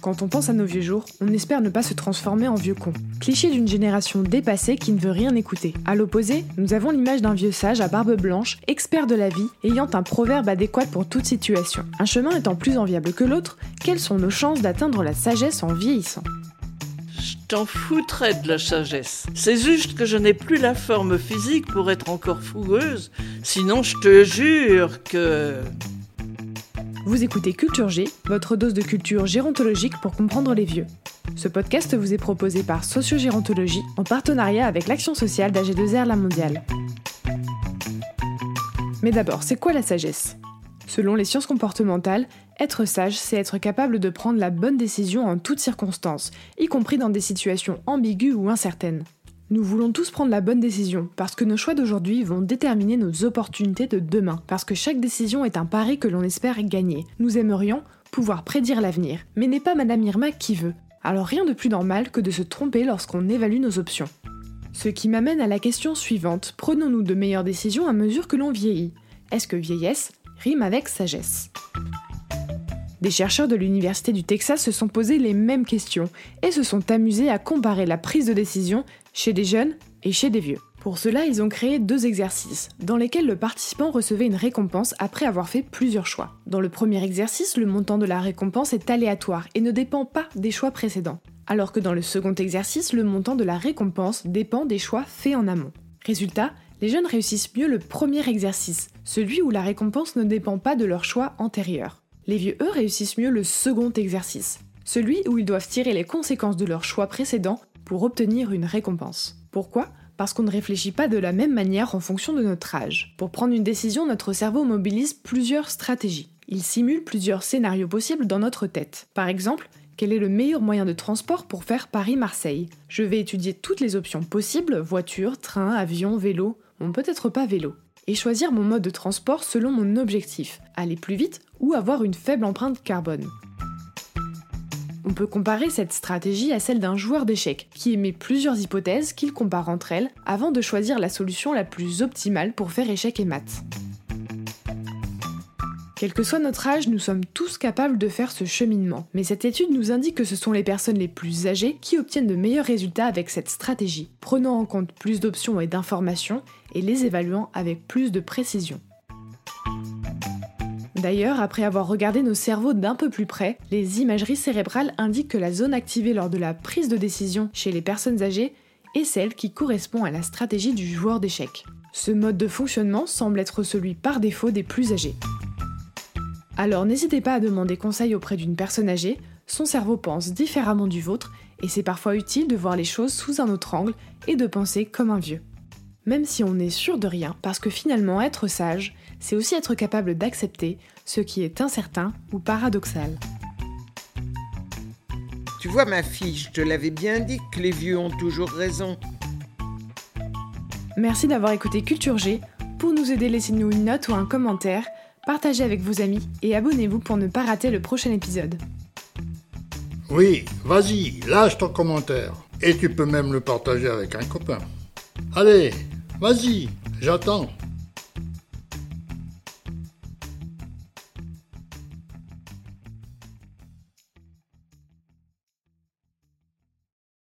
Quand on pense à nos vieux jours, on espère ne pas se transformer en vieux con. Cliché d'une génération dépassée qui ne veut rien écouter. À l'opposé, nous avons l'image d'un vieux sage à barbe blanche, expert de la vie, ayant un proverbe adéquat pour toute situation. Un chemin étant plus enviable que l'autre, quelles sont nos chances d'atteindre la sagesse en vieillissant ? Je t'en foutrais de la sagesse. C'est juste que je n'ai plus la forme physique pour être encore fougueuse. Sinon, je te jure que... Vous écoutez Culture G, votre dose de culture gérontologique pour comprendre les vieux. Ce podcast vous est proposé par Sociogérontologie en partenariat avec l'action sociale d'AG2R La Mondiale. Mais d'abord, c'est quoi la sagesse ? Selon les sciences comportementales, être sage, c'est être capable de prendre la bonne décision en toutes circonstances, y compris dans des situations ambiguës ou incertaines. Nous voulons tous prendre la bonne décision, parce que nos choix d'aujourd'hui vont déterminer nos opportunités de demain, parce que chaque décision est un pari que l'on espère gagner. Nous aimerions pouvoir prédire l'avenir, mais n'est pas Madame Irma qui veut. Alors rien de plus normal que de se tromper lorsqu'on évalue nos options. Ce qui m'amène à la question suivante, prenons-nous de meilleures décisions à mesure que l'on vieillit ? Est-ce que vieillesse rime avec sagesse ? Des chercheurs de l'Université du Texas se sont posés les mêmes questions et se sont amusés à comparer la prise de décision chez des jeunes et chez des vieux. Pour cela, ils ont créé 2 exercices, dans lesquels le participant recevait une récompense après avoir fait plusieurs choix. Dans le premier exercice, le montant de la récompense est aléatoire et ne dépend pas des choix précédents, alors que dans le second exercice, le montant de la récompense dépend des choix faits en amont. Résultat, les jeunes réussissent mieux le premier exercice, celui où la récompense ne dépend pas de leur choix antérieur. Les vieux, eux, réussissent mieux le second exercice, celui où ils doivent tirer les conséquences de leur choix précédent pour obtenir une récompense. Pourquoi ? Parce qu'on ne réfléchit pas de la même manière en fonction de notre âge. Pour prendre une décision, notre cerveau mobilise plusieurs stratégies. Il simule plusieurs scénarios possibles dans notre tête. Par exemple, quel est le meilleur moyen de transport pour faire Paris-Marseille ? Je vais étudier toutes les options possibles, voiture, train, avion, vélo, peut-être pas vélo, et choisir mon mode de transport selon mon objectif, aller plus vite ou avoir une faible empreinte carbone. On peut comparer cette stratégie à celle d'un joueur d'échecs qui émet plusieurs hypothèses qu'il compare entre elles avant de choisir la solution la plus optimale pour faire échec et maths. Quel que soit notre âge, nous sommes tous capables de faire ce cheminement. Mais cette étude nous indique que ce sont les personnes les plus âgées qui obtiennent de meilleurs résultats avec cette stratégie, prenant en compte plus d'options et d'informations et les évaluant avec plus de précision. D'ailleurs, après avoir regardé nos cerveaux d'un peu plus près, les imageries cérébrales indiquent que la zone activée lors de la prise de décision chez les personnes âgées est celle qui correspond à la stratégie du joueur d'échecs. Ce mode de fonctionnement semble être celui par défaut des plus âgés. Alors n'hésitez pas à demander conseil auprès d'une personne âgée, son cerveau pense différemment du vôtre et c'est parfois utile de voir les choses sous un autre angle et de penser comme un vieux. Même si on n'est sûr de rien, parce que finalement être sage, c'est aussi être capable d'accepter ce qui est incertain ou paradoxal. Tu vois ma fille, je te l'avais bien dit que les vieux ont toujours raison. Merci d'avoir écouté Culture G. Pour nous aider, laissez-nous une note ou un commentaire, partagez avec vos amis et abonnez-vous pour ne pas rater le prochain épisode. Oui, vas-y, lâche ton commentaire. Et tu peux même le partager avec un copain. Allez, vas-y, j'attends.